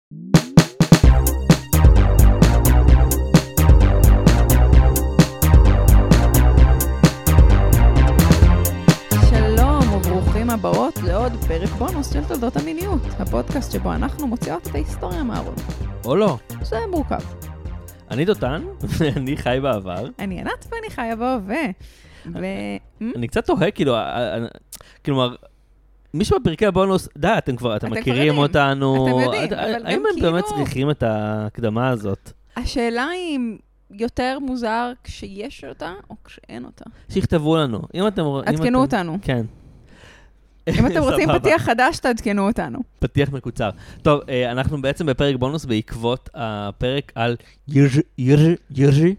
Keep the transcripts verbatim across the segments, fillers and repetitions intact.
שלום וברוכים הבאות לעוד פרק בונוס של תולדות המיניות, הפודקאסט שבו אנחנו מוציאות את ההיסטוריה מהארון. או לא. זה מורכב. אני דותן, ואני חי בעבר. אני ענת ואני חיה בהווה. ו... אני קצת תוהה, כאילו, כלומר, מישהו בפרקי הבונוס, די, אתם כבר, אתם מכירים אותנו. אתם יודעים, אבל גם האם הם באמת צריכים את ההקדמה הזאת? השאלה היא יותר מוזר כשיש אותה או כשאין אותה. שיכתבו לנו. אם אתם... עדכנו אותנו. כן. אם אתם רוצים פתיח חדש, תעדכנו אותנו. פתיח מקוצר. טוב, אנחנו בעצם בפרק בונוס בעקבות הפרק על ירז'י, ירז'י, ירז'י,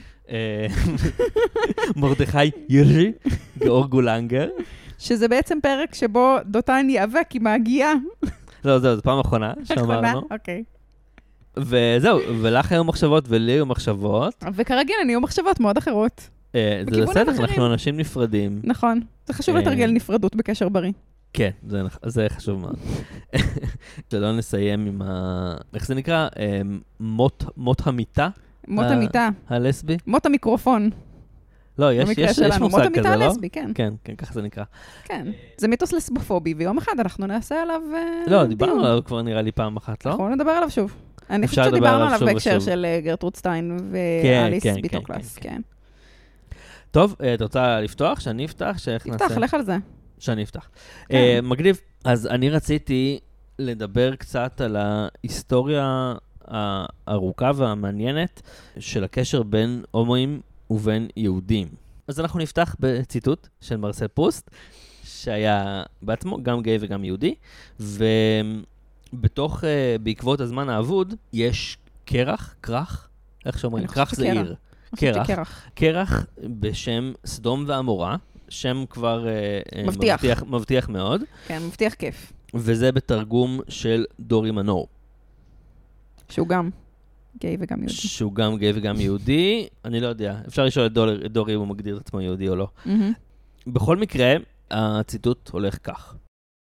מרדכי ירז'י, גאורג גולנגר. שזה בעצם פרק שבו דותן יאבק עם ההגיעה. לא, זהו, זו פעם אחרונה שאמרנו. אוקיי. וזהו, ולך היו מחשבות ולי היו מחשבות. וכרגיל, אני היו מחשבות מאוד אחרות. זה בסדר, אנחנו אנשים נפרדים. נכון. זה חשוב לתרגל נפרדות בקשר בריא. כן, זה חשוב מאוד. שלא נסיים עם ה... איך זה נקרא? מות המיטה? מות המיטה. הלסבי? מות המיקרופון. לא, יש מושג כזה, לא? כן. כן, כן, ככה זה נקרא. כן, זה מיתוס לסבופובי, ויום אחד אנחנו נעשה עליו דיון. לא, דיברנו עליו כבר נראה לי פעם אחת, לא? אנחנו נדבר עליו שוב. אני חושבת שדיברנו עליו בהקשר של גרטרוד סטיין ואליס ביטוקלאס, כן. טוב, את רוצה לפתוח? שאני אפתח? תפתח, לך על זה. שאני אפתח. מגניב. אז אני רציתי לדבר קצת על ההיסטוריה הארוכה והמעניינת של הקשר בין הומואים ובין יהודים. אז אנחנו נפתח בציטוט של מרסל פרוסט, שהיה בעצמו גם גיי וגם יהודי, ובתוך, בעקבות הזמן האבוד, יש קרח, קרח, איך שאומרים? קרח זה עיר. קרח. קרח בשם סדום ועמורה, שם כבר מבטיח. מבטיח, מבטיח מאוד. כן, מבטיח כיף. וזה בתרגום של דורי מנור. שהוא גם גיי וגם יהודי. שהוא גם גיי וגם יהודי. אני לא יודע. אפשר לשאול את דורי, דורי אם הוא מגדיר את עצמו יהודי או לא. Mm-hmm. בכל מקרה, הציטוט הולך כך.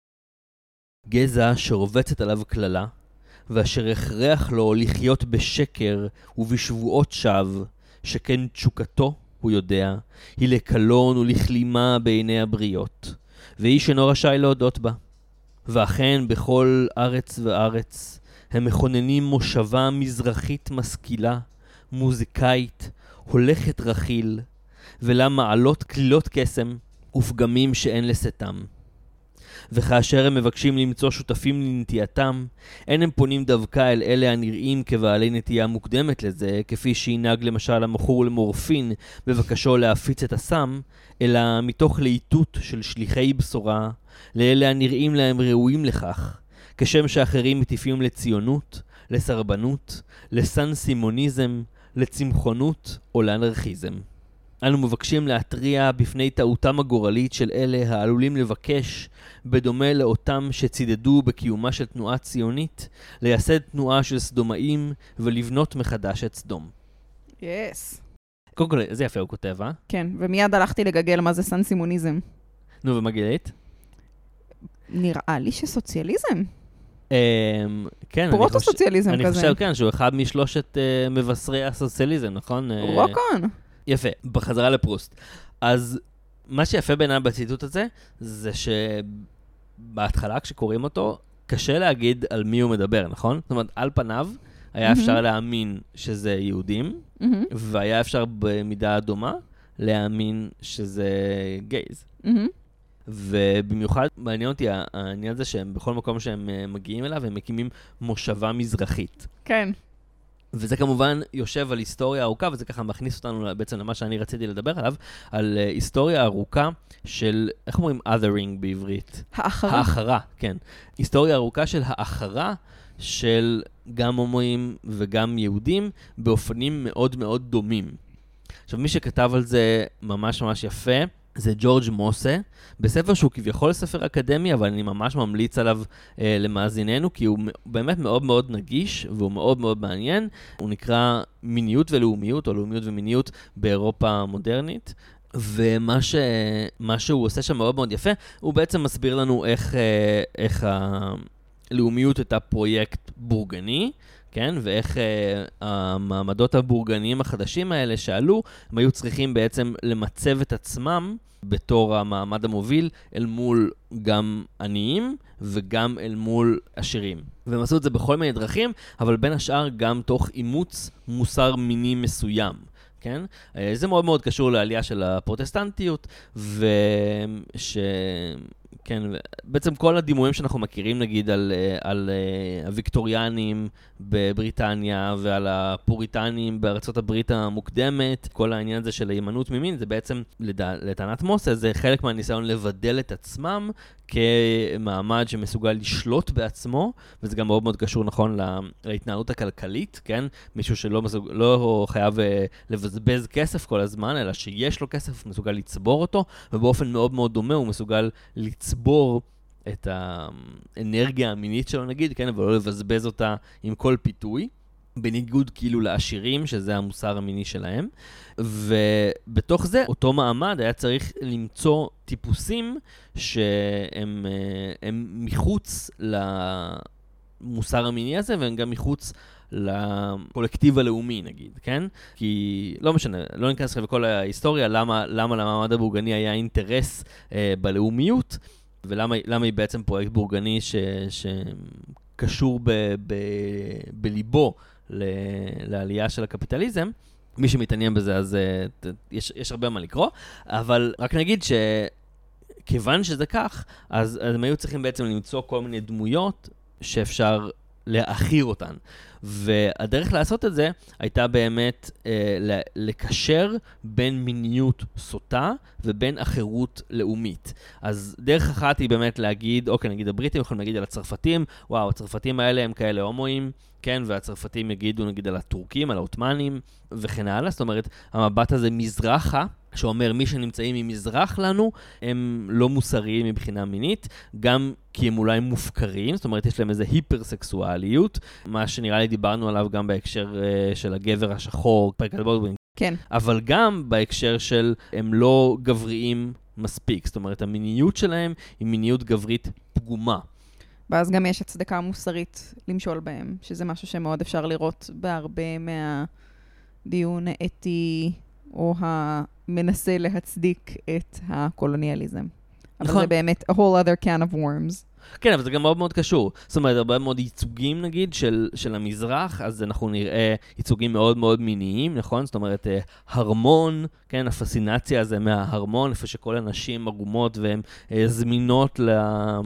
גזע שרובצת עליו כללה, ואשר הכרח לו לחיות בשקר ובשבועות שווא, שכן תשוקתו, הוא יודע, היא לקלון ולכלימה בעיני הבריות, ואיש אינו רשאי להודות בה. ואכן בכל ארץ וארץ, הם מכוננים מושבה מזרחית משכילה, מוזיקאית, הולכת רכיל, ולה מעלות כלילות קסם ופגמים שאין לשאתם. וכאשר הם מבקשים למצוא שותפים לנטייתם, אין הם פונים דווקא אל אלה הנראים כבעלי נטייה מוקדמת לזה, כפי שינהג למשל המכור למורפין בבקשו להפיץ את הסם, אלא מתוך לעיתות של שליחי בשורה, לאלה הנראים להם ראויים לכך, כשם שאחרים מטיפים לציונות, לסרבנות, לסן סימוניזם, לצמחונות או לאנרכיזם. אנו מבקשים להטריע בפני טעותם הגורלית של אלה העלולים לבקש, בדומה לאותם שצידדו בקיומה של תנועה ציונית, לייסד תנועה של סדומאים ולבנות מחדש את סדום. יס. קודם כל, זה יפה הוא כותב, אה? כן, ומיד הלכתי לגגל מה זה סן סימוניזם. נו, ומה גילית? נראה לי שסוציאליזם. כן, פרוטו-סוציאליזם כזה. אני חושב, כן, שהוא אחד משלושת מבשרי הסוציאליזם, נכון? רוקון. יפה, בחזרה לפרוסט. אז מה שיפה בעיניי בציטוט הזה, זה שבהתחלה כשקוראים אותו, קשה להגיד על מי הוא מדבר, נכון? זאת אומרת, על פניו היה אפשר להאמין שזה יהודים, והיה אפשר במידה דומה להאמין שזה גייז. ובמיוחד מעניין אותי העניין הזה שהם בכל מקום שהם מגיעים אליו, הם מקימים מושבה מזרחית. כן. וזה כמובן יושב על היסטוריה ארוכה, וזה ככה מכניס אותנו בעצם למה שאני רציתי לדבר עליו, על היסטוריה ארוכה של, איך אומרים othering בעברית? האחרה. האחרה, כן. היסטוריה ארוכה של האחרה של גם הומואים וגם יהודים, באופנים מאוד מאוד דומים. עכשיו, מי שכתב על זה ממש ממש יפה, זה ג'ורג' מוסה, בספר שהוא כביכול ספר אקדמי, אבל אני ממש ממליץ עליו אה, למאזיננו, כי הוא באמת מאוד מאוד נגיש, והוא מאוד מאוד מעניין. הוא נקרא מיניות ולאומיות, או לאומיות ומיניות באירופה המודרנית. ומה ש... מה שהוא עושה שם מאוד מאוד יפה, הוא בעצם מסביר לנו איך, אה, איך ה... לאומיות הייתה פרויקט בורגני, כן? ואיך אה, המעמדות הבורגניים החדשים האלה שעלו, הם היו צריכים בעצם למצב את עצמם בתור המעמד המוביל אל מול גם עניים וגם אל מול עשירים. והם עשו את זה בכל מיני דרכים, אבל בין השאר גם תוך אימוץ מוסר מיני מסוים. כן? זה מאוד מאוד קשור לעלייה של הפרוטסטנטיות, וש... כן, בעצם כל הדימויים שאנחנו מכירים, נגיד, על, על הוויקטוריאנים בבריטניה ועל הפוריטנים בארצות הברית המוקדמת, כל העניין הזה של הימנות ממין, זה בעצם, לטענת מוסה, זה חלק מהניסיון לבדל את עצמם כמעמד שמסוגל לשלוט בעצמו, וזה גם מאוד מאוד קשור, נכון, להתנהלות הכלכלית, כן? מישהו שלא מסוג, לא חייב לבזבז כסף כל הזמן, אלא שיש לו כסף, מסוגל לצבור אותו, ובאופן מאוד מאוד דומה הוא מסוגל לצבור את האנרגיה המינית שלו, נגיד, כן? אבל לא לבזבז אותה עם כל פיתוי. בניגוד כאילו לעשירים, שזה המוסר המיני שלהם. ובתוך זה, אותו מעמד היה צריך למצוא טיפוסים שהם הם מחוץ למוסר המיני הזה, והם גם מחוץ לקולקטיב הלאומי, נגיד, כן? כי לא משנה, לא ניכנס לך בכל ההיסטוריה, למה, למה למעמד הבורגני היה אינטרס אה, בלאומיות, ולמה למה היא בעצם פרויקט בורגני ש, שקשור ב, ב, בליבו, לעלייה של הקפיטליזם. מי שמתעניין בזה, אז uh, יש, יש הרבה מה לקרוא, אבל רק נגיד שכיוון שזה כך, אז, אז הם היו צריכים בעצם למצוא כל מיני דמויות שאפשר להכיר אותן. והדרך לעשות את זה הייתה באמת אה, לקשר בין מיניות סוטה ובין אחרות לאומית. אז דרך אחת היא באמת להגיד, אוקיי, נגיד הבריטים יכולים להגיד על הצרפתים, וואו, הצרפתים האלה הם כאלה הומואים, כן, והצרפתים יגידו נגיד על הטורקים, על העות'מאנים וכן הלאה. זאת אומרת, המבט הזה מזרחה, שאומר מי שנמצאים ממזרח לנו, הם לא מוסריים מבחינה מינית, גם כי הם אולי מופקרים, זאת אומרת, יש להם איזו היפרסקסואליות, מה שנראה לי דיברנו עליו גם בהקשר uh, של הגבר השחור, פרק על בולדווין. כן. אבל גם בהקשר של הם לא גבריים מספיק, זאת אומרת, המיניות שלהם היא מיניות גברית פגומה. ואז גם יש הצדקה מוסרית למשול בהם, שזה משהו שמאוד אפשר לראות בהרבה מהדיון האתי, או המנסה להצדיק את הקולוניאליזם. נכון. אבל זה באמת a whole other can of worms. כן, אבל זה גם מאוד מאוד קשור. זאת אומרת, הרבה מאוד ייצוגים, נגיד, של, של המזרח, אז אנחנו נראה ייצוגים מאוד מאוד מיניים, נכון? זאת אומרת, הרמון, כן, הפסינציה הזה מההרמון, איפה שכל הנשים עגומות והן זמינות ל...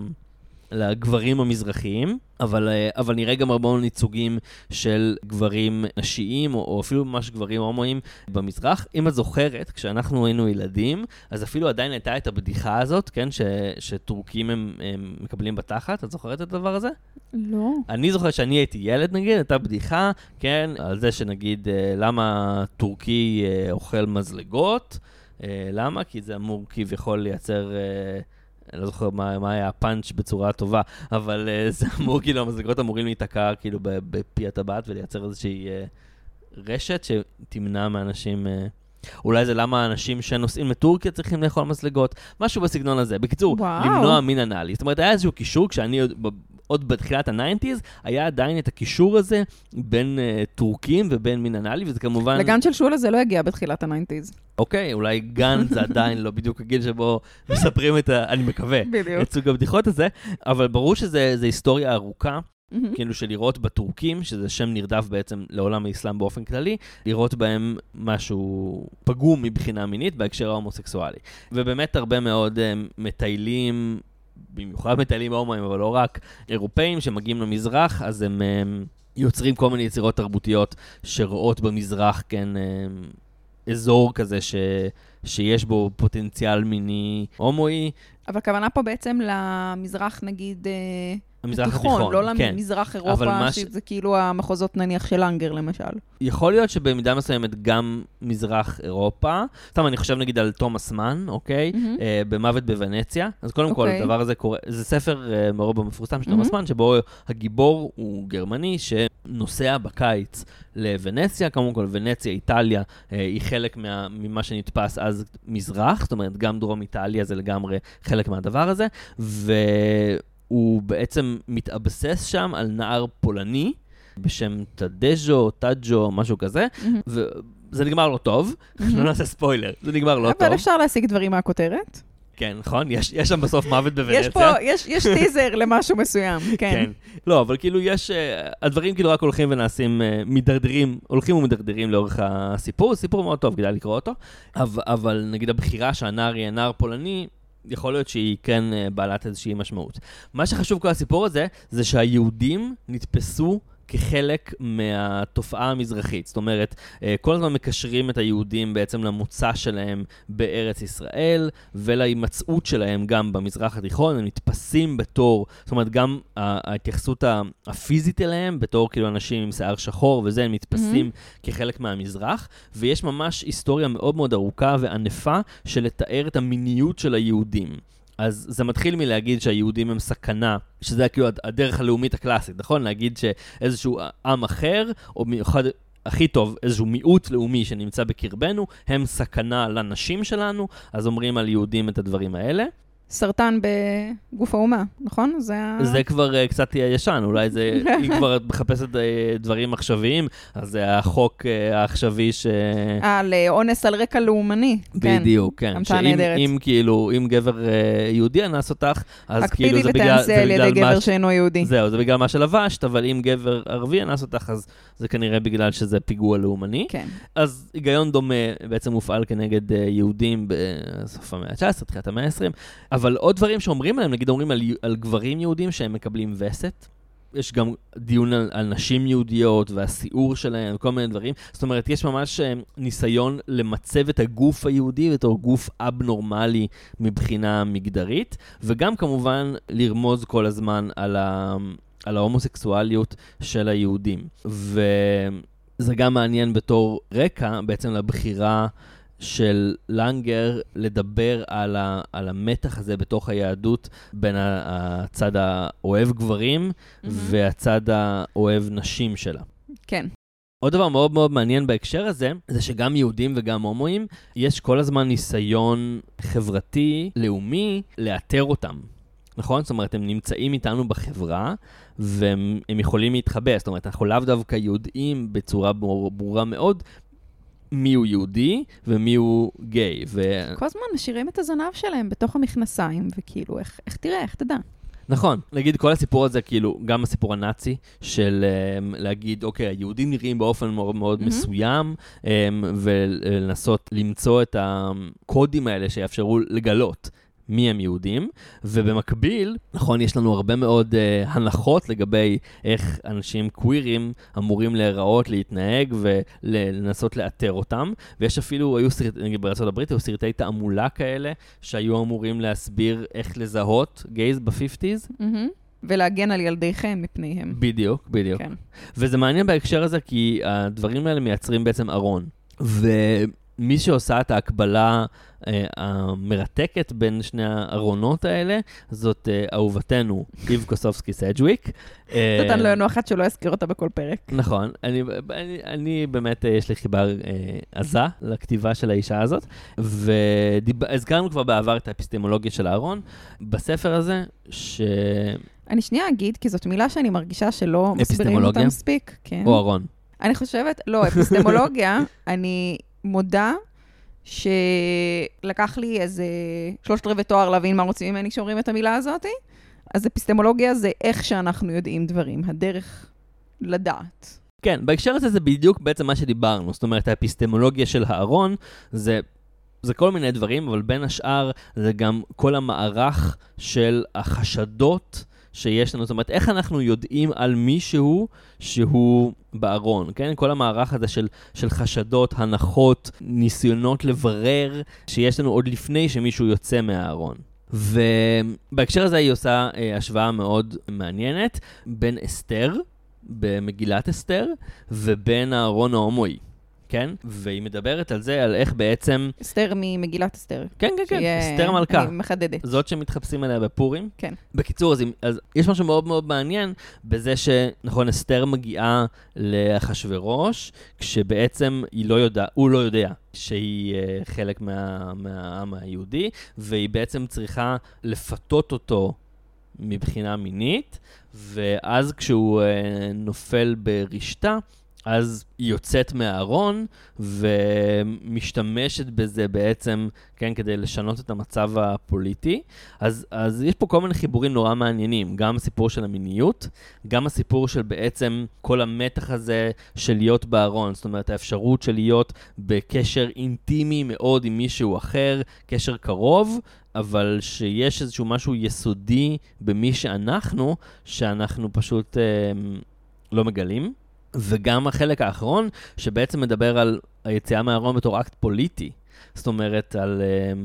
לגברים המזרחיים, אבל, אבל נראה גם הרבה ייצוגים של גברים נשיים, או, או אפילו ממש גברים הומואים במזרח. אם את זוכרת, כשאנחנו היינו ילדים, אז אפילו עדיין הייתה את הבדיחה הזאת, כן, ש, שטורקים הם, הם מקבלים בתחת. את זוכרת את הדבר הזה? לא. אני זוכר שאני הייתי ילד, נגיד, הייתה בדיחה, כן, על זה שנגיד, למה טורקי אוכל מזלגות? למה? כי זה אמור כביכול לייצר... אני לא זוכר מה, מה היה הפאנץ' בצורה טובה, אבל uh, זה אמור, כאילו, המזלגות אמורים להתעקר, כאילו, בפי הטבעת, ולייצר איזושהי uh, רשת שתמנע מאנשים... Uh, אולי זה למה האנשים שנוסעים לטורקיה צריכים לאכול מזלגות, משהו בסגנון הזה. בקיצור, וואו. למנוע מין אנאלי. זאת אומרת, היה איזשהו קישור, כשאני עוד, עוד בתחילת ה-תשעים, היה עדיין את הקישור הזה בין uh, טורקים ובין מין אנאלי, וזה כמובן... לגן של שולה זה לא הגיע בתחילת ה-תשעים. אוקיי, אולי גן זה עדיין לא בדיוק הגיל שבו מספרים את ה... אני מקווה, את סוג הבדיחות הזה, אבל ברור שזה היסטוריה ארוכה, כאילו שלראות בטורקים, שזה שם נרדף בעצם לעולם האסלאם באופן כללי, לראות בהם משהו פגום מבחינה מינית בהקשר ההומוסקסואלי. ובאמת הרבה מאוד מטיילים, במיוחד מטיילים הומואים, אבל לא רק, אירופאים שמגיעים למזרח, אז הם יוצרים כל מיני יצירות תרבותיות שרואות במזרח, כן... אזור כזה ש... שיש בו פוטנציאל מיני הומואי. אבל הכוונה פה בעצם למזרח, נגיד, המזרח התיכון, התיכון לא כן. למזרח אירופה, שזה ש... כאילו המחוזות נניח של אנגר למשל. יכול להיות שבמידה מסוימת גם מזרח אירופה. סתם, אני חושב נגיד על תומאס מן, אוקיי? Mm-hmm. אה, במוות בוונציה. אז קודם okay. כל, הדבר הזה קורה, זה ספר אה, מאוד מפורסם של mm-hmm. תומאס מן, שבו הגיבור הוא גרמני שנוסע בקיץ לוונציה. כמובן כל, ונציה, איטליה, אה, היא חלק מה, ממה שנתפס אז מזרח, זאת אומרת, גם דרום איטליה זה לגמרי חלק מהדבר הזה, ו... הוא בעצם מתאבסס שם על נער פולני, בשם טדז'ו, טאג'ו, משהו כזה, וזה נגמר לא טוב, לא נעשה ספוילר, זה נגמר לא טוב. אבל אפשר להשיג דברים מהכותרת. כן, נכון? יש, יש שם בסוף מוות בוונציה. יש פה, יש, יש טיזר למשהו מסוים, כן. כן. לא, אבל כאילו יש, הדברים כאילו רק הולכים ונעשים, מדרדרים, הולכים ומדרדרים לאורך הסיפור, סיפור מאוד טוב, כדאי לקרוא אותו, אבל, אבל נגיד הבחירה שהנער יהיה נער פולני, יכול להיות שהיא כן בעלת איזושהי משמעות. מה שחשוב כל הסיפור הזה, זה שהיהודים נתפסו כחלק מהתופעה המזרחית. זאת אומרת, כל הזמן מקשרים את היהודים בעצם למוצא שלהם בארץ ישראל, ולהימצאות שלהם גם במזרח התיכון, הם נתפסים בתור, זאת אומרת, גם ההתייחסות הפיזית אליהם, בתור כאילו אנשים עם שיער שחור, וזה, הם נתפסים mm-hmm. כחלק מהמזרח, ויש ממש היסטוריה מאוד מאוד ארוכה וענפה של לתאר את המיניות של היהודים. אז זה מתחיל מלהגיד שהיהודים הם סכנה, שזה כאילו הדרך הלאומית הקלאסית, נכון? להגיד שאיזשהו עם אחר, או מיוחד, הכי טוב, איזשהו מיעוט לאומי שנמצא בקרבנו, הם סכנה לנשים שלנו, אז אומרים על יהודים את הדברים האלה. סרטן בגוף האומה, נכון? זה, זה כבר uh, קצת ישן, אולי זה, היא כבר מחפשת uh, דברים עכשוויים, אז זה החוק uh, העכשווי ש... אה, לאונס על רקע לאומני. בדיוק, כן. המצאה נהדרת. שאם כאילו, אם גבר uh, יהודי אנס אותך, אז כאילו זה בגלל... הקפידי ותנסה על ידי גבר שאינו יהודי. זהו, זה בגלל מה שלבשת, אבל אם גבר ערבי אנס אותך, אז זה כנראה בגלל שזה פיגוע לאומני. כן. אז היגיון דומה בעצם מופעל כנגד uh, יהודים בסוף המאה ה-תשע עשרה, תחילת המאה ה-עשרים, אבל עוד דברים שאומרים עליהם, נגיד אומרים על, על גברים יהודים שהם מקבלים וסת, יש גם דיון על, על נשים יהודיות והסיעור שלהם וכל מיני דברים, זאת אומרת יש ממש ניסיון למצב את הגוף היהודי בתור גוף אבנורמלי מבחינה מגדרית, וגם כמובן לרמוז כל הזמן על, ה, על ההומוסקסואליות של היהודים, וזה גם מעניין בתור רקע בעצם לבחירה של לנגר לדבר על, ה, על המתח הזה בתוך היהדות בין הצד האוהב גברים mm-hmm. והצד האוהב נשים שלה. כן. עוד דבר מאוד מאוד מעניין בהקשר הזה, זה שגם יהודים וגם הומואים, יש כל הזמן ניסיון חברתי, לאומי, לאתר אותם. נכון? זאת אומרת, הם נמצאים איתנו בחברה, והם יכולים להתחבא. זאת אומרת, אנחנו לאו דווקא יודעים בצורה ברורה מאוד, מי הוא יהודי ומי הוא גיי. ו... כל הזמן משאירים את הזנב שלהם בתוך המכנסיים, וכאילו, איך, איך תראה, איך תדע? נכון. נגיד, כל הסיפור הזה, כאילו, גם הסיפור הנאצי, של um, להגיד, אוקיי, היהודים נראים באופן מאוד מאוד mm-hmm. מסוים, um, ולנסות למצוא את הקודים האלה שיאפשרו לגלות מי הם יהודים, ובמקביל, נכון, יש לנו הרבה מאוד uh, הנחות לגבי איך אנשים קווירים אמורים להיראות, להתנהג ולנסות לאתר אותם, ויש אפילו, היו סרט, נגיד בארצות הברית, היו סרטי תעמולה כאלה, שהיו אמורים להסביר איך לזהות גייז ב-חמישים. Mm-hmm. ולהגן על ילדיכם מפניהם. בדיוק, בדיוק. כן. וזה מעניין בהקשר הזה, כי הדברים האלה מייצרים בעצם ארון. ומי שעושה את ההקבלה המרתקת בין שני הארונות האלה, זאת אהובתנו, איב קוסובסקי סג'וויק. נתן לו לנו אחת שלא יזכיר אותה בכל פרק. נכון, אני, אני, אני באמת, יש לי חיבה עזה לכתיבה של האישה הזאת, והזכרנו כבר בעבר את האפיסטמולוגיה של הארון, בספר הזה, ש... אני שנייה אגיד, כי זאת מילה שאני מרגישה שלא מסבירים אותה מספיק. כן. או ארון. אני חושבת, לא, אפיסטמולוגיה, אני מודה שלקח לי איזה שלושת רבעי תואר להבין מה רוצים ממני כשאומרים את המילה הזאת, אז אפיסטמולוגיה זה איך שאנחנו יודעים דברים, הדרך לדעת. כן, בהקשר הזה זה בדיוק בעצם מה שדיברנו, זאת אומרת, האפיסטמולוגיה של הארון זה... זה כל מיני דברים, אבל בין השאר זה גם כל המערך של החשדות שיש לנו. זאת אומרת, איך אנחנו יודעים על מישהו שהוא בארון, כן? כל המערך הזה של, של חשדות, הנחות, ניסיונות לברר שיש לנו עוד לפני שמישהו יוצא מהארון. ובהקשר הזה היא עושה אה, השוואה מאוד מעניינת בין אסתר, במגילת אסתר, ובין הארון ההומואי. כן? והיא מדברת על זה, על איך בעצם... אסתר ממגילת אסתר. כן, כן, כן, אסתר מלכה. אני מחדדת. זאת שמתחפשים עליה בפורים. כן. בקיצור, אז, אז יש משהו מאוד מאוד מעניין בזה שנכון, אסתר מגיעה לאחשוורוש, כשבעצם היא לא יודע, הוא לא יודע שהיא uh, חלק מה, מהעם היהודי, והיא בעצם צריכה לפתות אותו מבחינה מינית, ואז כשהוא נופל ברשתה, אז היא יוצאת מהארון ומשתמשת בזה בעצם, כן, כדי לשנות את המצב הפוליטי. אז, אז יש פה כל מיני חיבורים נורא מעניינים, גם הסיפור של המיניות, גם הסיפור של בעצם כל המתח הזה של להיות בארון, זאת אומרת, האפשרות של להיות בקשר אינטימי מאוד עם מישהו אחר, קשר קרוב, אבל שיש איזשהו משהו יסודי במי שאנחנו, שאנחנו פשוט אה, לא מגלים. וגם החלק האחרון, שבעצם מדבר על היציאה מהארון בתור אקט פוליטי. זאת אומרת, על...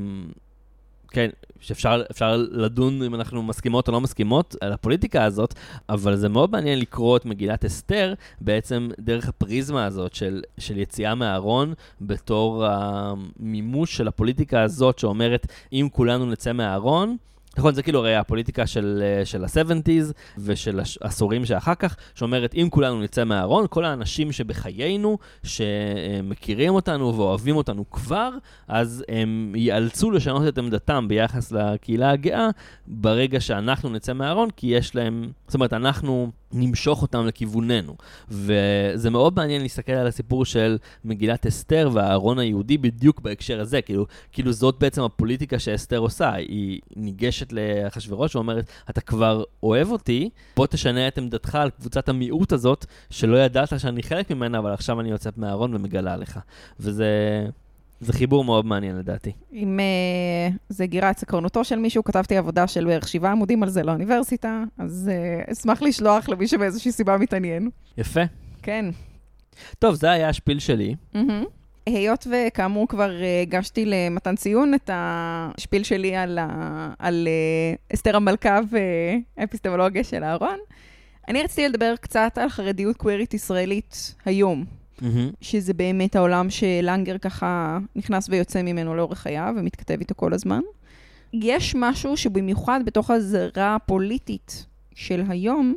כן, שאפשר אפשר לדון אם אנחנו מסכימות או לא מסכימות על הפוליטיקה הזאת, אבל זה מאוד מעניין לקרוא את מגילת אסתר, בעצם דרך הפריזמה הזאת של, של יציאה מהארון, בתור המימוש של הפוליטיקה הזאת, שאומרת, אם כולנו נצא מהארון, נכון, זה כאילו הרי הפוליטיקה של, של ה-שבעים ושל העשורים שאחר כך, שאומרת, אם כולנו נצא מהארון, כל האנשים שבחיינו, שמכירים אותנו ואוהבים אותנו כבר, אז הם ייאלצו לשנות את עמדתם ביחס לקהילה הגאה, ברגע שאנחנו נצא מהארון, כי יש להם, זאת אומרת, אנחנו נמשוך אותם לכיווננו. וזה מאוד מעניין להסתכל על הסיפור של מגילת אסתר והארון היהודי בדיוק בהקשר הזה, כאילו, כאילו זאת בעצם הפוליטיקה שאסתר עושה, היא ניגשת לאחשוורוש ואומרת, אתה כבר אוהב אותי, בוא תשנה את עמדתך על קבוצת המיעוט הזאת, שלא ידעת שאני חלק ממנה, אבל עכשיו אני יוצאת מהארון ומגלה לך. וזה... זה חיבור מאוד מעניין לדעתי. אם uh, זה גירה את סקרנותו של מישהו, כתבתי עבודה של בערך שבעה עמודים על זה לאוניברסיטה, אז uh, אשמח לשלוח למי שבאיזושהי סיבה מתעניין. יפה. כן. טוב, זה היה השפיל שלי. Mm-hmm. היות וכאמור כבר הגשתי למתן ציון את השפיל שלי על, ה... על uh, אסתר המלכה והאפיסטמולוגיה של אהרון, אני רציתי לדבר קצת על חרדיות קווירית ישראלית היום. Mm-hmm. שזה באמת העולם שלנגר ככה נכנס ויוצא ממנו לאורך חייו ומתכתב איתו כל הזמן. יש משהו שבמיוחד בתוך הזרה הפוליטית של היום,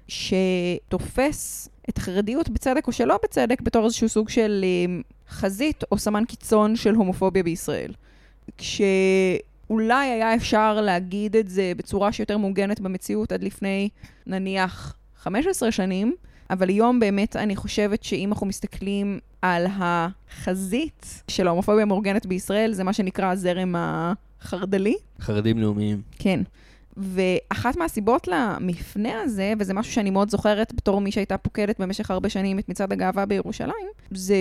שתופס את החרדיות בצדק או שלא בצדק, בתור איזשהו סוג של חזית או סמן קיצון של הומופוביה בישראל. כשאולי היה אפשר להגיד את זה בצורה שיותר מוגנת במציאות עד לפני נניח חמש עשרה שנים, אבל היום באמת אני חושבת שאם אנחנו מסתכלים על החזית של ההומופוביה המאורגנת בישראל, זה מה שנקרא הזרם החרדלי. חרדים לאומיים. כן. ואחת מהסיבות למפנה הזה, וזה משהו שאני מאוד זוכרת בתור מי שהייתה פוקדת במשך הרבה שנים את מצעד הגאווה בירושלים, זה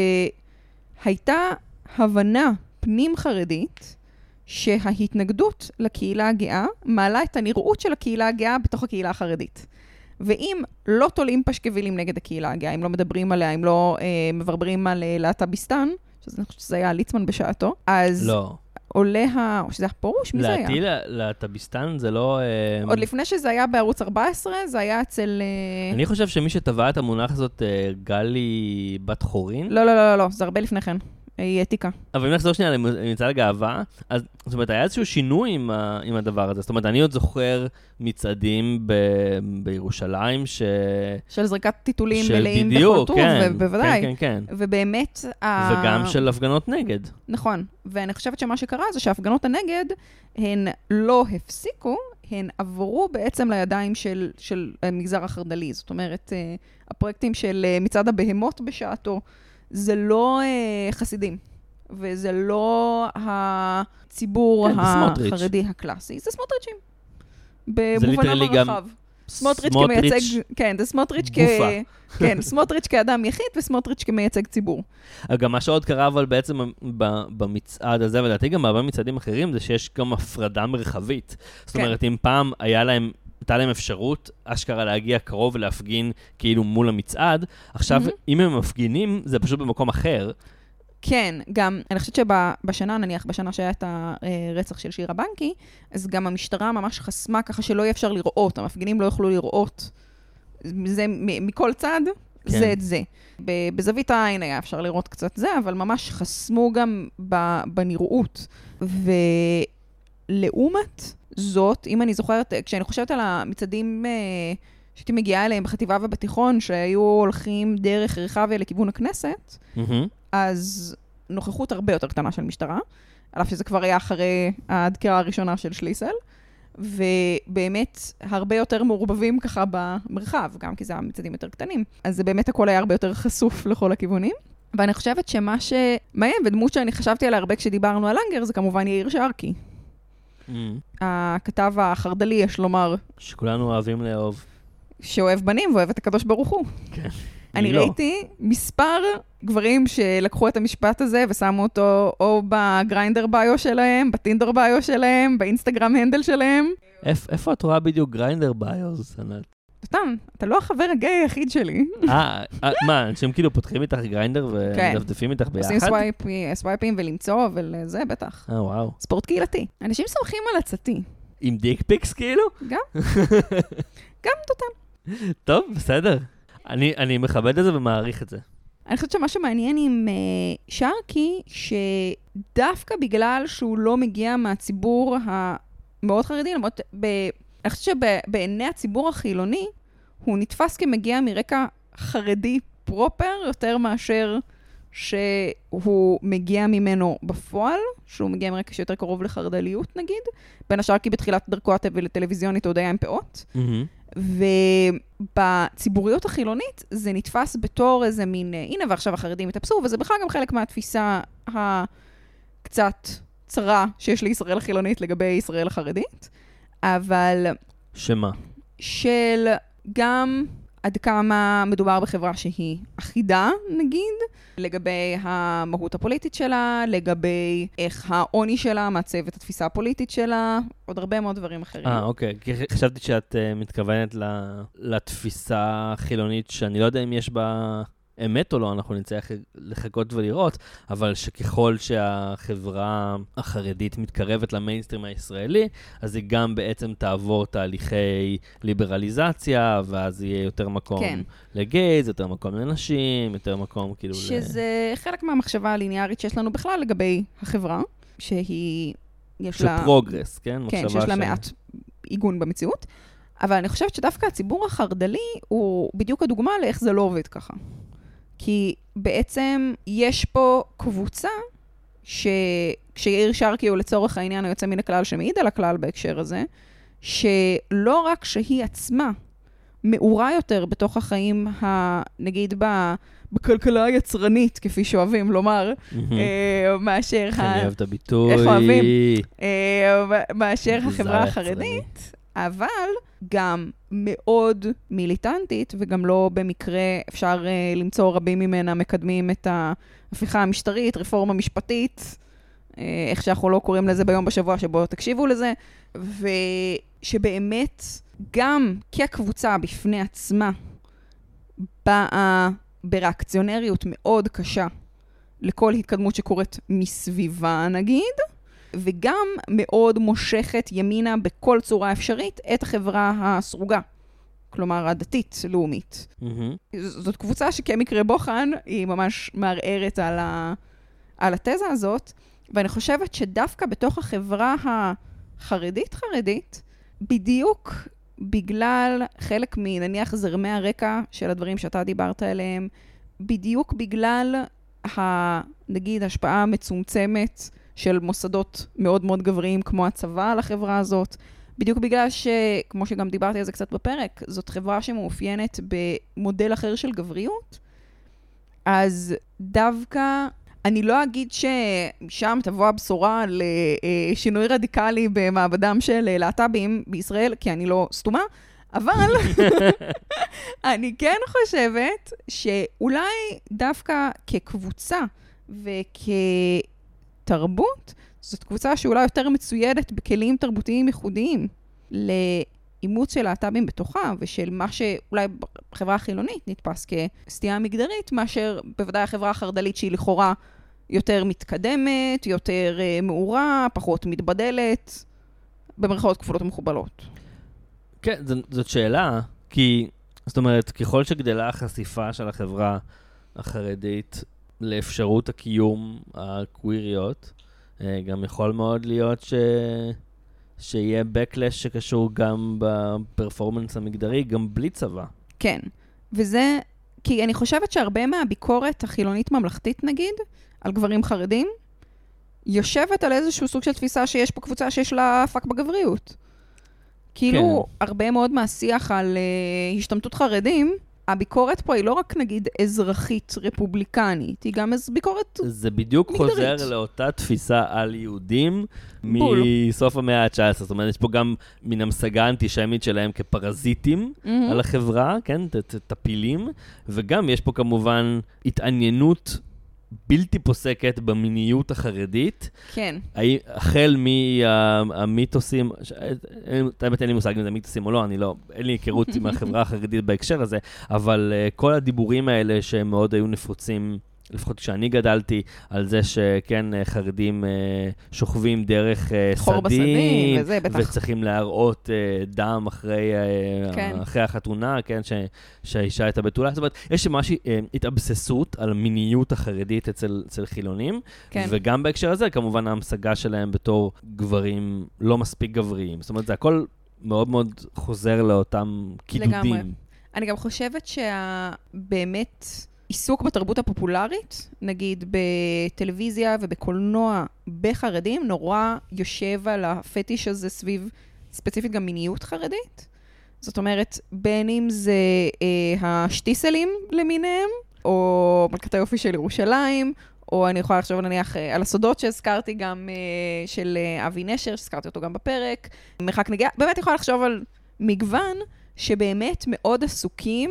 שהייתה הבנה פנים חרדית שההתנגדות לקהילה הגאה מעלה את הנראות של הקהילה הגאה בתוך הקהילה החרדית. ואם לא תולים פשקבילים נגד הקהילה הגאה, אם לא מדברים עליה, אם לא אה, מברברים על אה, להט"ביסטן, שזה, שזה היה ליצמן בשעתו, אז לא. עולה ה... או שזה היה פרוש? מי זה היה? להטיל להט"ביסטן זה לא... אה... עוד לפני שזה היה בערוץ ארבע עשרה, זה היה אצל... אה... אני חושב שמי שטבע את המונח הזאת, אה, גלי בת חורין. לא, לא, לא, לא, זה הרבה לפני כן. היא אתיקה. אבל אם נחזור שנייה למצעד הגאווה, אז זאת אומרת, היה איזשהו שינוי עם, ה, עם הדבר הזה. זאת אומרת, אני עוד זוכר מצעדים ב, בירושלים ש... של זריקת טיטולים מלאים בכל טוב, כן, ובוודאי. כן, כן, כן. ובאמת... וגם ה... של הפגנות נגד. נכון. ואני חושבת שמה שקרה זה שהפגנות הנגד, הן לא הפסיקו, הן עברו בעצם לידיים של, של המגזר החרדלי. זאת אומרת, הפרויקטים של מצעד הבהמות בשעתו, זה לא uh, חסידים, וזה לא הציבור כן, החרדי הקלאסי, זה סמוטריצ'ים. במובנם הרחב. סמוטריץ' כמייצג, כן, זה סמוטריץ' כ... כן, סמוטריץ' כאדם יחיד וסמוטריץ' כמייצג ציבור. גם מה שעוד קרה אבל בעצם במצעד הזה, ולדעתי גם בהרבה מצעדים אחרים, זה שיש גם הפרדה מרחבית. זאת אומרת, אם פעם היה להם... הייתה להם אפשרות, אשכרה להגיע קרוב ולהפגין כאילו מול המצעד. עכשיו, mm-hmm. אם הם מפגינים, זה פשוט במקום אחר. כן, גם, אני חושבת שבשנה, נניח, בשנה שהיה את הרצח של שירה בנקי, אז גם המשטרה ממש חסמה ככה שלא יהיה אפשר לראות, המפגינים לא יוכלו לראות. זה מכל צד, כן. זה את זה. בזווית העין היה אפשר לראות קצת זה, אבל ממש חסמו גם בנראות. ולעומת... זאת, אם אני זוכרת, כשאני חושבת על המצעדים שהייתי מגיעה אליהם בחטיבה ובתיכון, שהיו הולכים דרך רחביה לכיוון הכנסת, mm-hmm. אז נוכחות הרבה יותר קטנה של משטרה, על אף שזה כבר היה אחרי הדקירה הראשונה של שליסל, ובאמת הרבה יותר מעורבבים ככה במרחב, גם כי זה המצעדים יותר קטנים. אז זה באמת הכל היה הרבה יותר חשוף לכל הכיוונים. ואני חושבת שמה שמעניין, ודמות שאני חשבתי עליה הרבה כשדיברנו על אנגר, זה כמובן יאיר שרקי. Mm. הכתב החרדלי, יש לומר. שכולנו אוהבים לאהוב. שאוהב בנים ואוהב את הקדוש ברוך הוא. כן. אני לא. ראיתי מספר גברים שלקחו את המשפט הזה ושמו אותו או בגריינדר ביו שלהם, בטינדר ביו שלהם, באינסטגרם הנדל שלהם. איפה את רואה בדיוק גריינדר ביו, סנת? סתם, אתה לא החבר הגיי היחיד שלי. אה, מה, אנשים כאילו פותחים איתך גריינדר ומדפדפים איתך ביחד? עושים סווייפים ולמצוא ולזה בטח. אה, וואו. ספורט קהילתי. אנשים סומכים על עצתי. עם דיק פיקס כאילו? גם. גם טוטל. טוב, בסדר. אני, אני מכבד את זה ומעריך את זה. אני חושבת שמה שמעניין עם uh, שרקי, שדווקא בגלל שהוא לא מגיע מהציבור המאוד חרדי, למרות, ב... אני חושבת שבעיני הציבור החילוני, הוא נתפס כמגיע מרקע חרדי פרופר, יותר מאשר שהוא מגיע ממנו בפועל, שהוא מגיע מרקע שיותר קרוב לחרדליות נגיד, בין השאר כי בתחילת דרכו הטלוויזיונית עוד היה עם פאות, mm-hmm. ובציבוריות החילונית זה נתפס בתור איזה מין, הנה ועכשיו החרדים התאפסו, וזה בכלל גם חלק מהתפיסה הקצת צרה שיש לישראל החילונית לגבי ישראל החרדית, אבל... שמה? של גם עד כמה מדובר בחברה שהיא אחידה, נגיד, לגבי המהות הפוליטית שלה, לגבי איך העוני שלה מעצב את התפיסה הפוליטית שלה, עוד הרבה מאוד דברים אחרים. אה, אוקיי. כי חשבתי שאת uh, מתכוונת לתפיסה החילונית, שאני לא יודע אם יש בה אמת או לא, אנחנו נצטרך לחכות ולראות, אבל שככל שהחברה החרדית מתקרבת למיינסטרים הישראלי, אז היא גם בעצם תעבור תהליכי ליברליזציה, ואז יהיה יותר מקום כן. לגייז, יותר מקום לנשים, יותר מקום כאילו... שזה ל... חלק מהמחשבה הליניארית שיש לנו בכלל לגבי החברה, שהיא... יש של לה... פרוגרס, כן? כן, שיש לה מעט עיגון במציאות. אבל אני חושבת שדווקא הציבור החרדלי הוא בדיוק הדוגמה לאיך זה לא עובד ככה. כי בעצם יש פה קבוצה שכשיאיר שרקי הוא לצורך העניין היוצא מן הכלל שמעיד על הכלל בהקשר הזה, שלא רק שהיא עצמה מאורה יותר בתוך החיים, נגיד בכלכלה היצרנית, כפי שאוהבים לומר, מאשר... אני אוהב את הביטוי. איך אוהבים? מאשר החברה החרדית. אבל גם מאוד מיליטנטית, וגם לא במקרה אפשר uh, למצוא רבים ממנה מקדמים את ההפיכה המשטרית, רפורמה משפטית, uh, איך שאנחנו לא קוראים לזה ביום בשבוע שבו תקשיבו לזה, ושבאמת גם כקבוצה בפני עצמה באה בריאקציונריות מאוד קשה לכל התקדמות שקורית מסביבה נגיד, וגם מאוד מושכת ימינה בכל צורה אפשרית את החברה הסרוגה, כלומר הדתית לאומית. Mm-hmm. זאת קבוצה שכמקרה בוחן היא ממש מערערת על, ה... על התזה הזאת, ואני חושבת שדווקא בתוך החברה החרדית-חרדית, בדיוק בגלל חלק מנניח זרמי הרקע של הדברים שאתה דיברת עליהם, בדיוק בגלל ה... נגיד השפעה מצומצמת, של מוסדות מאוד מאוד גבריים כמו הצבא על החברה הזאת, בדיוק בגלל שכמו שגם דיברתי על זה קצת בפרק, זאת חברה שמאופיינת במודל אחר של גבריות, אז דווקא אני לא אגיד ששם תבוא הבשורה לשינוי רדיקלי במעבדם של להט"בים בישראל, כי אני לא סתומה, אבל אני כן חושבת שאולי דווקא כקבוצה וכ... תרבות, זאת קבוצה שאולי יותר מצוידת בכלים תרבותיים ייחודיים לאימוץ של להט"בים בתוכה, ושל מה שאולי בחברה החילונית נתפס כסטייה מגדרית, מאשר בוודאי החברה החרדלית שהיא לכאורה יותר מתקדמת, יותר uh, מאורה, פחות מתבדלת, במרכאות כפולות ומכובלות. כן, זאת, זאת שאלה, כי, זאת אומרת, ככל שגדלה החשיפה של החברה החרדית, לאפשרות הקיום הקוויריות, גם יכול מאוד להיות ש... שיהיה בקלש שקשור גם בפרפורמנס המגדרי, גם בלי צבא. כן, וזה, כי אני חושבת שהרבה מהביקורת החילונית ממלכתית נגיד, על גברים חרדים, יושבת על איזשהו סוג של תפיסה שיש פה קבוצה שיש לה פאק בגבריות. כאילו, כן. הרבה מאוד מהשיח על uh, השתמטות חרדים, הביקורת פה היא לא רק, נגיד, אזרחית רפובליקנית, היא גם ביקורת זה בדיוק מגדרית. חוזר לאותה תפיסה על יהודים בול. מסוף המאה ה-תשע עשרה. זאת אומרת, יש פה גם מן המשגה האנטישמית שלהם כפרזיטים Mm-hmm. על החברה, כן, טפילים, וגם יש פה כמובן התעניינות בלתי פוסקת במיניות החרדית. כן. החל מהמיתוסים, האמת אין לי מושג אם זה מיתוסים או לא, אני לא, אין לי היכרות עם החברה החרדית בהקשר הזה, אבל כל הדיבורים האלה שהם מאוד היו נפוצים, לפחות כשאני גדלתי, על זה שכן, חרדים שוכבים דרך סדין, וזה, בטח. וצריכים להראות דם אחרי, כן. אחרי החתונה, כן, ש, שהאישה הייתה בתולה. זאת אומרת, יש משהו, התאבססות על המיניות החרדית אצל, אצל חילונים, כן. וגם בהקשר הזה, כמובן, ההמשגה שלהם בתור גברים לא מספיק גבריים. זאת אומרת, זה הכל מאוד מאוד חוזר לאותם קידודים. לגמרי. אני גם חושבת שבאמת עיסוק בתרבות הפופולרית, נגיד בטלוויזיה ובקולנוע בחרדים, נורא יושב על הפטיש הזה סביב ספציפית גם מיניות חרדית. זאת אומרת, בין אם זה אה, השטיסלים למיניהם, או מלכת היופי של ירושלים, או אני יכולה לחשוב נניח על הסודות שהזכרתי גם אה, של אה, אבי נשר, שהזכרתי אותו גם בפרק, מרחק נגיעה, באמת יכולה לחשוב על מגוון שבאמת מאוד עסוקים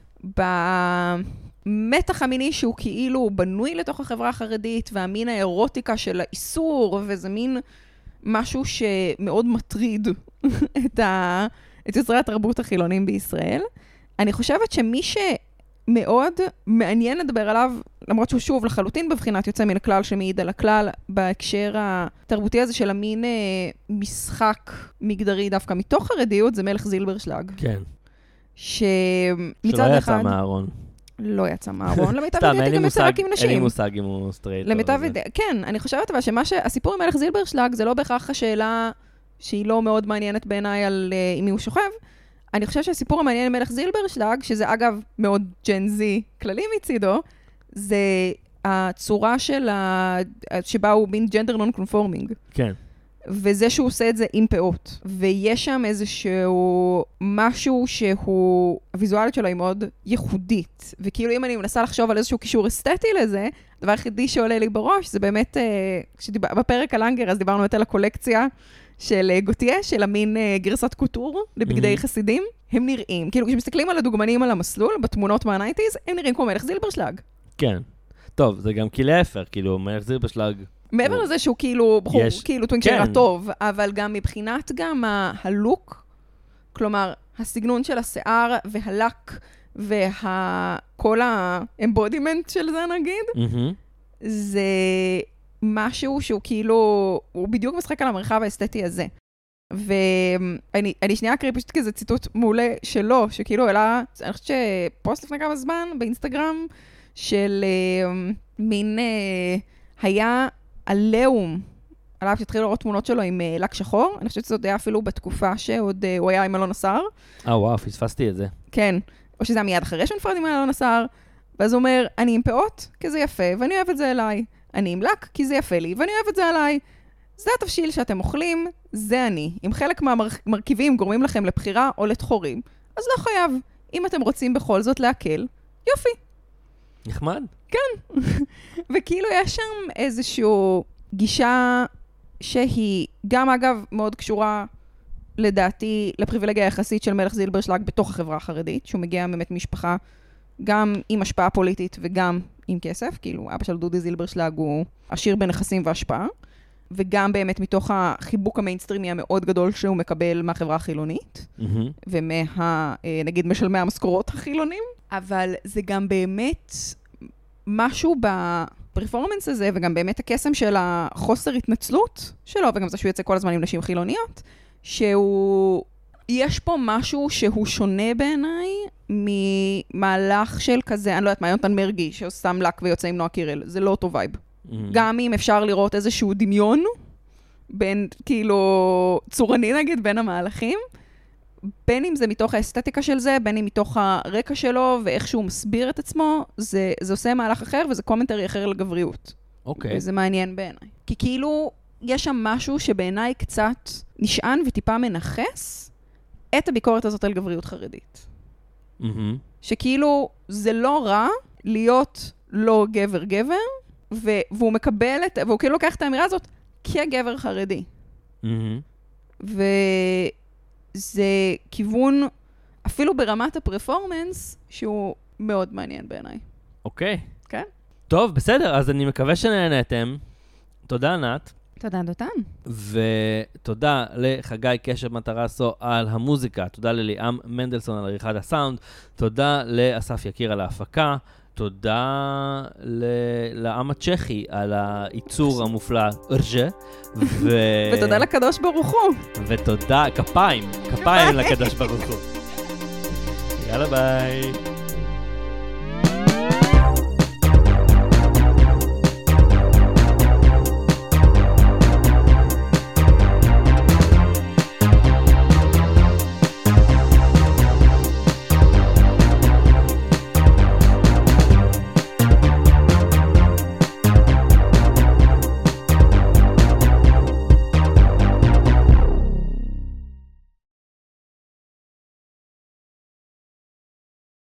במתח המיני שהוא כאילו בנוי לתוך החברה החרדית, והמין האירוטיקה של האיסור, וזה מין משהו שמאוד מטריד את, ה... את יוצרי התרבות החילונים בישראל. אני חושבת שמי שמאוד מעניין לדבר עליו, למרות שהוא שוב לחלוטין בבחינת יוצא מן הכלל שמעיד על הכלל, בהקשר התרבותי הזה של המין משחק מגדרי דווקא מתוך חרדיות, זה מלך זילברשלג. כן. שמצד שלא אחד... יצא מהארון. לא יצא מהארון. למיטב ידיעתי גם יוצא רק עם נשים. אין לי מושג אם הוא סטרייט. למיטב ידיעתי, כן, אני חושבת אבל שמה שהסיפור עם מלך זילברשלג זה לא בהכרח השאלה שהיא לא מאוד מעניינת בעיניי על uh, עם מי הוא שוכב. אני חושבת שהסיפור המעניין עם מלך זילברשלג, שזה אגב מאוד ג'נזי כללי מצידו, זה הצורה של ה... שבה הוא מין ג'נדר נון קונפורמינג. כן. וזה שהוא עושה את זה עם פאות. ויש שם איזשהו משהו שהוא, הוויזואלית שלו היא מאוד ייחודית. וכאילו אם אני מנסה לחשוב על איזשהו קישור אסתטי לזה, הדבר היחידי שעולה לי בראש, זה באמת, כשדיבר, בפרק על אנגר, אז דיברנו יותר על הקולקציה של גוטיה, של המין גרסת קוטור לבגדי mm-hmm. חסידים. הם נראים, כאילו כשמסתכלים על הדוגמנים על המסלול, בתמונות מה-תשעים, הם נראים כמו מלך זילברשלג. כן. טוב, זה גם כי להפך, כאילו, מלך זילברשלג... מעבר לזה שהוא כאילו, בחור, כאילו טווינקר הטוב, אבל גם מבחינת גם הלוק, כלומר, הסגנון של השיער והלק, וכל האמבודימנט של זה נגיד, זה משהו שהוא כאילו, הוא בדיוק משחק על המרחב האסתטי הזה. ואני אני שנייה אקריא פשוט כזה ציטוט מעולה שלו, שכאילו אלא, אני חושבת שפוסט לפני כמה זמן באינסטגרם, של מין, היה עליהום, עליו שהתחילו לראות תמונות שלו עם לק שחור, אני חושבת שזה היה אפילו בתקופה שעוד הוא היה עם אלון השר. אה וואו, פספסתי את זה. כן, או שזה היה מיד אחרי שנפרד עם אלון השר, ואז הוא אומר, אני עם פאות, כי זה יפה, ואני אוהב את זה אליי. אני עם לק, כי זה יפה לי, ואני אוהב את זה אליי. זה התבשיל שאתם אוכלים, זה אני. אם חלק מהמרכיבים גורמים לכם לבחירה או לתחורים, אז לא חייב. אם אתם רוצים בכל זאת להקל, יופי. נחמד. כן. וכאילו יש שם איזושהי גישה שהיא גם אגב מאוד קשורה לדעתי לפריבילגיה היחסית של מלך זילברשלג בתוך החברה החרדית, שהוא מגיע באמת משפחה גם עם השפעה פוליטית וגם עם כסף, כאילו אבא של דודי זילברשלג הוא עשיר בנכסים והשפעה, וגם באמת מתוך החיבוק המיינסטרימי המאוד גדול שהוא מקבל מהחברה החילונית, mm-hmm. ומה, נגיד, משלמי המשכורות החילונים, אבל זה גם באמת משהו בפרפורמנס הזה, וגם באמת הקסם של החוסר התנצלות שלו, וגם זה שהוא יצא כל הזמן עם נשים חילוניות, שהוא, יש פה משהו שהוא שונה בעיניי ממהלך של כזה, אני לא יודעת מה, יונתן מרגי, שעושה לק ויוצא עם נועה קירל, זה לא אותו וייב. Mm-hmm. גם אם אפשר לראות איזשהו דמיון, בין, כאילו, צורני נגיד, בין המהלכים, בין אם זה מתוך האסתטיקה של זה, בין אם מתוך הרקע שלו, ואיך שהוא מסביר את עצמו, זה, זה עושה מהלך אחר, וזה קומנטרי אחר לגבריות. אוקיי. Okay. וזה מעניין בעיניי. כי כאילו, יש שם משהו שבעיניי קצת נשען וטיפה מנחס את הביקורת הזאת על גבריות חרדית. Mm-hmm. שכאילו זה לא רע להיות לא גבר-גבר, ו- והוא מקבל את, והוא כאילו לוקח את האמירה הזאת כגבר חרדי. Mm-hmm. וזה כיוון, אפילו ברמת הפרפורמנס, שהוא מאוד מעניין בעיניי. אוקיי. כן? טוב, בסדר, אז אני מקווה שנהנתם. תודה, ענת. תודה, דותן. ותודה לחגי קשב מטרסו על המוזיקה. תודה לליאם מנדלסון על עריכת הסאונד. תודה לאסף יקיר על ההפקה. תודה לעם הצ'כי על הייצור המופלא ארג'ה. ו... ותודה לקדוש ברוך הוא. ותודה, כפיים, כפיים לקדוש ברוך הוא. יאללה ביי.